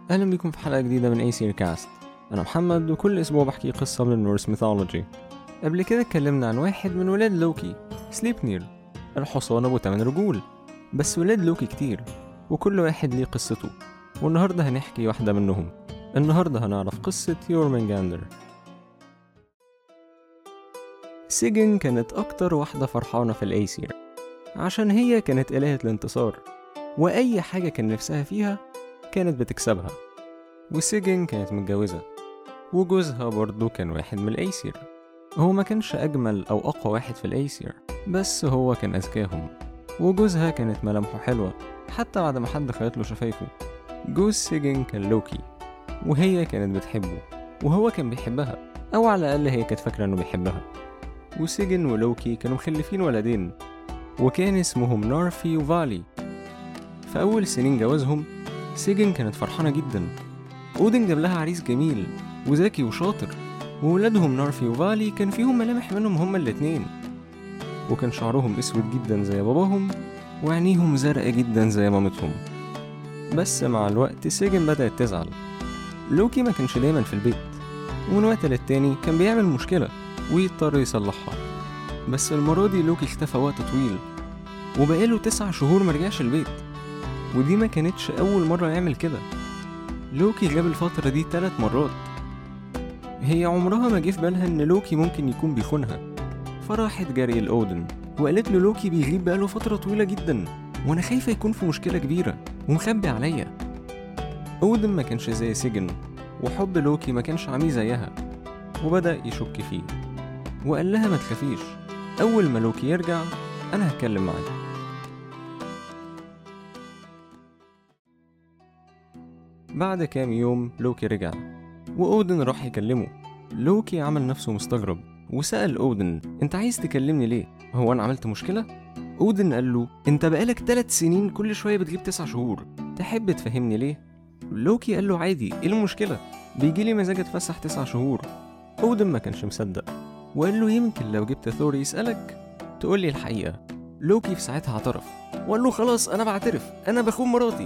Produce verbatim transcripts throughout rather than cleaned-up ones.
أهلا بكم في حلقة جديدة من أيسير كاست. أنا محمد وكل أسبوع بحكي قصة من النورس ميثولوجي. قبل كده اتكلمنا عن واحد من ولاد لوكي، سليبنير، الحصان أبو تمن رجول. بس ولاد لوكي كتير وكل واحد ليه قصته، والنهاردة هنحكي واحدة منهم. النهاردة هنعرف قصة يورمنجاندر. سيجن كانت أكتر واحدة فرحانة في الأيسير عشان هي كانت إلهة الانتصار، وأي حاجة كان نفسها فيها كانت بتكسبها. وسيجن كانت متجوزة وجوزها برضو كان واحد من الأيسير. هو ما كانش أجمل أو أقوى واحد في الأيسير، بس هو كان أذكاهم. وجوزها كانت ملامحه حلوة حتى بعد ما حد خيط له شفايفه. جوز سيجن كان لوكي، وهي كانت بتحبه وهو كان بيحبها، أو على الأقل هي كانت فاكرة إنه بيحبها. وسيجن ولوكي كانوا مخلفين ولدين، وكان اسمهم نارفي وفالي. في أول سنين جوازهم سيجن كانت فرحانة جدا. أودن جاب لها عريس جميل وذكي وشاطر، وولادهم نارفي وفالي كان فيهم ملامح منهم هما الاتنين، وكان شعرهم اسود جدا زي باباهم وعينيهم زرق جدا زي مامتهم. بس مع الوقت سيجن بدأت تزعل. لوكي ما كانش دايما في البيت، ومن وقت للتاني كان بيعمل مشكلة ويضطر يصلحها. بس المرة دي لوكي اختفى وقت طويل وبقاله تسع شهور مرجعش البيت، ودي ما كانتش أول مرة يعمل كده. لوكي غاب الفترة دي ثلاث مرات. هي عمرها ما جه في بالها إن لوكي ممكن يكون بيخونها، فراحت جري لأودن وقالت له لوكي بيغيب بقاله فترة طويلة جدا، وأنا خايفة يكون في مشكلة كبيرة ومخبي عليا. أودن ما كانش زي سيجن، وحب لوكي ما كانش عميه زيها، وبدأ يشك فيه وقال لها ما تخافيش، أول ما لوكي يرجع أنا هتكلم معاه. بعد كام يوم لوكي رجع وأودن راح يكلمه. لوكي عمل نفسه مستغرب وسأل أودن انت عايز تكلمني ليه؟ هو أنا عملت مشكلة؟ أودن قال له انت بقالك ثلاث سنين كل شوية بتغيب تسع شهور، تحب تفهمني ليه؟ لوكي قال له عادي، ايه المشكلة؟ بيجيلي مزاج اتفسح تسع شهور. أودن ما كانش مصدق وقال له يمكن لو جبت ثور يسألك تقولي الحقيقة. لوكي في ساعتها اعترف وقال له خلاص أنا بعترف، أنا بخون مراتي.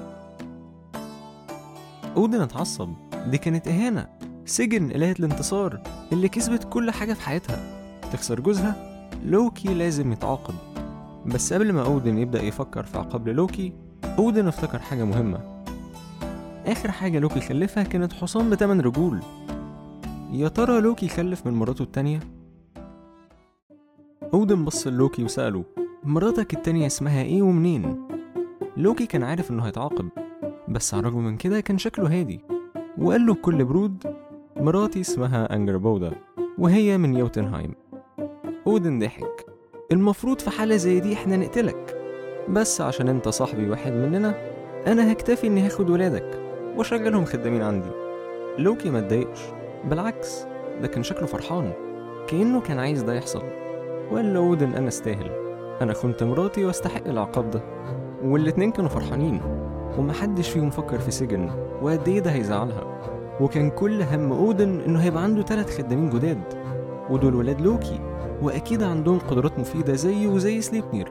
أودن اتعصب، دي كانت إهانة. سيجن إلهة الانتصار اللي كسبت كل حاجة في حياتها تخسر جوزها؟ لوكي لازم يتعاقب. بس قبل ما أودن يبدأ يفكر في عقاب لوكي، أودن افتكر حاجة مهمة. آخر حاجة لوكي خلفها كانت حصان بتمن رجول. يا ترى لوكي خلف من مراته التانية؟ أودن بص لوكي وسأله مراتك التانية اسمها ايه ومنين؟ لوكي كان عارف انه هيتعاقب، بس على الرغم من كده كان شكله هادي وقال له بكل برود مراتي اسمها أنجربودا وهي من يوتنهايم. أودن ضحك، المفروض في حالة زي دي احنا نقتلك، بس عشان انت صاحبي واحد مننا انا هكتفي اني هاخد ولادك واشغلهم خدامين عندي. لوكي ما اتضايقش، بالعكس ده كان شكله فرحان كأنه كان عايز ده يحصل. وقال له أودن انا استاهل، انا خنت مراتي واستحق العقاب ده. والاتنين كانوا فرحانين ومحدش فيهم فكر في سجن وقد ايه ده هيزعلها. وكان كل هم أودن انه هيبقى عنده ثلاث خدامين جداد، ودول ولاد لوكي واكيد عندهم قدرات مفيدة زيه وزي سليبنير.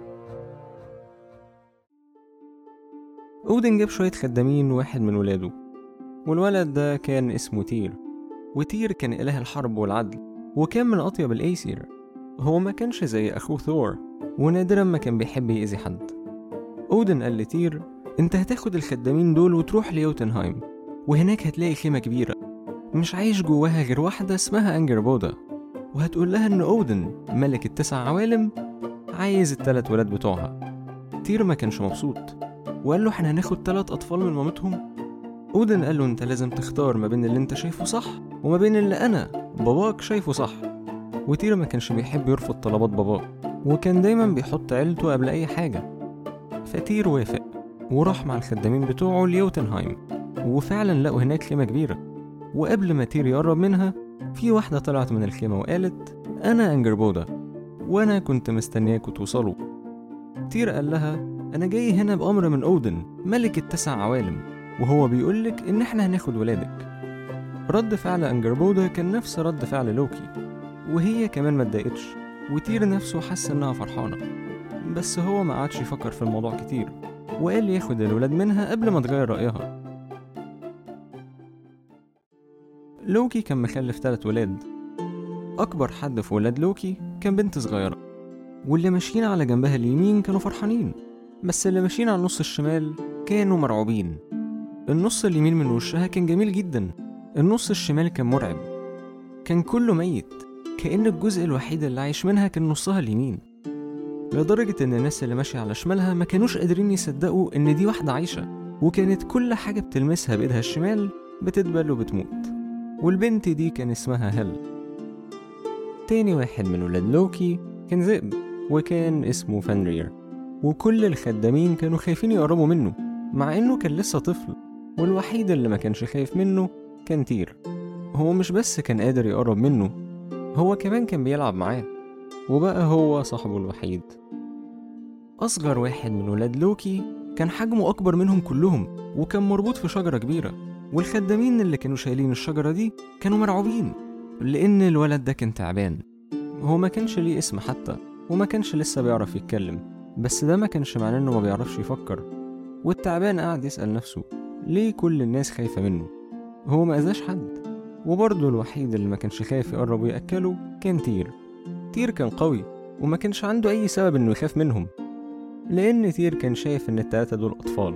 أودن جاب شوية خدامين واحد من ولاده، والولد ده كان اسمه تير. وتير كان إله الحرب والعدل وكان من أطيب الأيسير. هو ما كانش زي أخوه ثور، ونادرا ما كان بيحب يأذي حد. أودن قال لتير انت هتاخد الخدامين دول وتروح ليوتنهايم، وهناك هتلاقي خيمة كبيرة مش عايش جواها غير واحدة اسمها أنجربودا، وهتقول لها ان أودن ملك التسع عوالم عايز التلات ولاد بتوعها. تير ما كانش مبسوط وقال له احنا هناخد تلات أطفال من مامتهم. أودن قال له انت لازم تختار ما بين اللي انت شايفه صح وما بين اللي انا باباك شايفه صح. وتير ما كانش بيحب يرفض طلبات باباه، وكان دايما بيحط عيلته قبل اي حاجة. فتير وافق وراح مع الخدامين بتوعه ليوتنهايم، وفعلا لقوا هناك خيمة كبيرة. وقبل ما تير يقرب منها في واحدة طلعت من الخيمة وقالت أنا أنجربودا وأنا كنت مستنياكوا توصلوا. تير قال لها أنا جاي هنا بأمر من أودن ملك التسع عوالم، وهو بيقولك إن إحنا هناخد ولادك. رد فعل أنجربودا كان نفس رد فعل لوكي، وهي كمان ما اتضايقتش، وتير نفسه حس إنها فرحانة. بس هو ما قعدش يفكر في الموضوع كتير وقال ياخد الولاد منها قبل ما تغير رأيها. لوكي كان مخلف ثلاث ولاد. أكبر حد في ولاد لوكي كان بنت صغيرة، واللي ماشيين على جنبها اليمين كانوا فرحانين، بس اللي ماشيين على النص الشمال كانوا مرعوبين. النص اليمين من وشها كان جميل جدا، النص الشمال كان مرعب، كان كله ميت، كأن الجزء الوحيد اللي عايش منها كان نصها اليمين، لدرجة إن الناس اللي ماشية على شمالها ما كانوش قادرين يصدقوا إن دي واحدة عايشة، وكانت كل حاجة بتلمسها بإيدها الشمال بتدبل وبتموت. والبنت دي كان اسمها هل. تاني واحد من ولاد لوكي كان ذئب، وكان اسمه فانرير، وكل الخدامين كانوا خايفين يقربوا منه مع إنه كان لسه طفل، والوحيد اللي ما كانش خايف منه كان تير. هو مش بس كان قادر يقرب منه، هو كمان كان بيلعب معاه، وبقى هو صاحبه الوحيد. أصغر واحد من ولاد لوكي كان حجمه أكبر منهم كلهم، وكان مربوط في شجرة كبيرة، والخدامين اللي كانوا شايلين الشجرة دي كانوا مرعوبين لأن الولد ده كان تعبان. هو ما كانش ليه اسم حتى، وما كانش لسه بيعرف يتكلم، بس ده ما كانش معناه إنه ما بيعرفش يفكر. والتعبان قاعد يسأل نفسه ليه كل الناس خايفة منه؟ هو ما أذاش حد. وبرضه الوحيد اللي ما كانش خايف يقرب ويأكله كان تير. تير كان قوي وما كانش عنده أي سبب إنه يخاف منهم، لأن تير كان شايف إن التلاتة دول أطفال.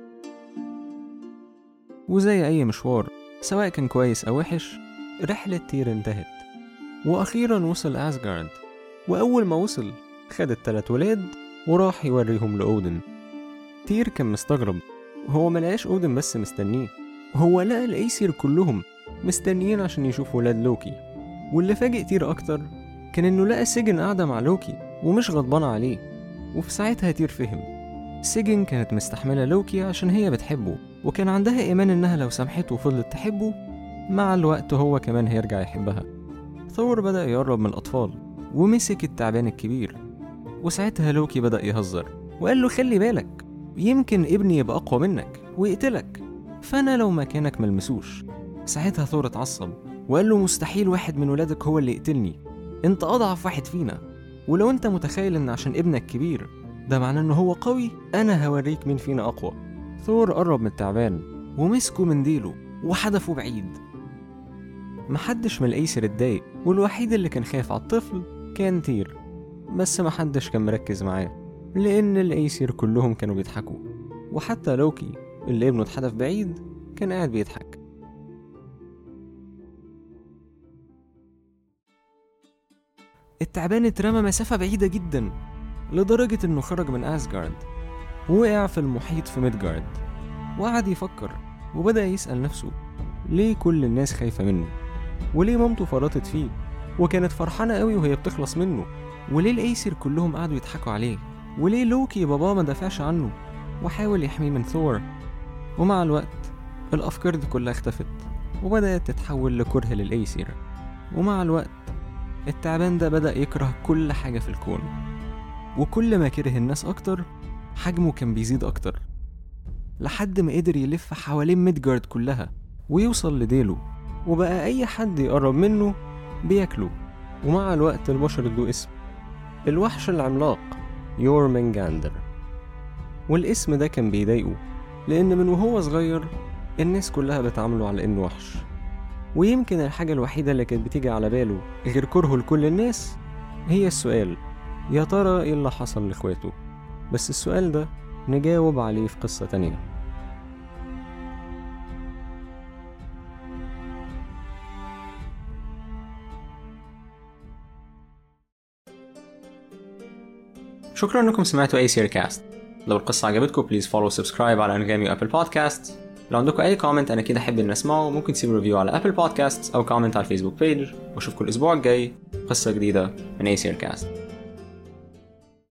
وزي أي مشوار سواء كان كويس أو وحش، رحلة تير انتهت، وأخيرا وصل أسجارد. وأول ما وصل خد التلات ولاد وراح يوريهم لأودن. تير كان مستغرب، هو ملقاش أودن بس مستنيه، هو لقى الأيسير كلهم مستنيين عشان يشوفوا ولاد لوكي. واللي فاجئ تير أكتر كان إنه لقى سيجن قاعدة مع لوكي ومش غضبانة عليه. وفي ساعتها تير فهم، سيجن كانت مستحملة لوكي عشان هي بتحبه، وكان عندها إيمان إنها لو سامحته وفضلت تحبه مع الوقت هو كمان هيرجع يحبها. ثور بدأ يقرب من الأطفال ومسك التعبان الكبير، وساعتها لوكي بدأ يهزر وقال له خلي بالك، يمكن ابني يبقى أقوى منك ويقتلك، فأنا لو مكانك ملمسوش. ساعتها ثور اتعصب وقال له مستحيل واحد من ولادك هو اللي يقتلني، انت أضعف واحد فينا، ولو انت متخيل ان عشان ابنك كبير ده معناه انه هو قوي، انا هوريك مين فينا أقوى. ثور قرب من التعبان ومسكه من ديله وحدفه بعيد. محدش من الأيسر اتضايق، والوحيد اللي كان خايف على الطفل كان تير، بس محدش كان مركز معاه لأن الأيسر كلهم كانوا بيضحكوا، وحتى لوكي اللي ابنه اتحدف بعيد كان قاعد بيضحك. التعبان اترمى مسافة بعيدة جدا لدرجة انه خرج من أسجارد ووقع في المحيط في ميدجارد، وقعد يفكر وبدأ يسأل نفسه ليه كل الناس خايفة منه، وليه مامته فرطت فيه وكانت فرحانة قوي وهي بتخلص منه، وليه الأيسر كلهم قعدوا يضحكوا عليه، وليه لوكي باباه ما دافعش عنه وحاول يحميه من ثور. ومع الوقت الأفكار دي كلها اختفت وبدأت تتحول لكره للأيسر. ومع الوقت التعبان ده بدأ يكره كل حاجة في الكون، وكل ما كره الناس أكتر حجمه كان بيزيد أكتر، لحد ما قدر يلف حوالين ميدجارد كلها ويوصل لديله، وبقى أي حد يقرب منه بياكله. ومع الوقت البشر ادوا اسم، الوحش العملاق يورمنجاندر. والاسم ده كان بيضايقه لأن من وهو صغير الناس كلها بتعامله على إنه وحش، ويمكن الحاجة الوحيدة اللي كانت بتيجي على باله غير كرهه لكل الناس هي السؤال يا ترى إيه اللي حصل لإخواته. بس السؤال ده نجاوب عليه في قصة تانية. شكرا انكم سمعتوا أيسير كاست. لو القصة عجبتكم بليز فولو سبسكرايب على انغامي وابل بودكاست. لو عندكم اي كومنت انا كده احب ان اسمعه، ممكن تسيبوا ريفيو على ابل بودكاست او كومنت على الفيسبوك بيج. واشوفكم الاسبوع الجاي قصة جديدة من أيسير كاست.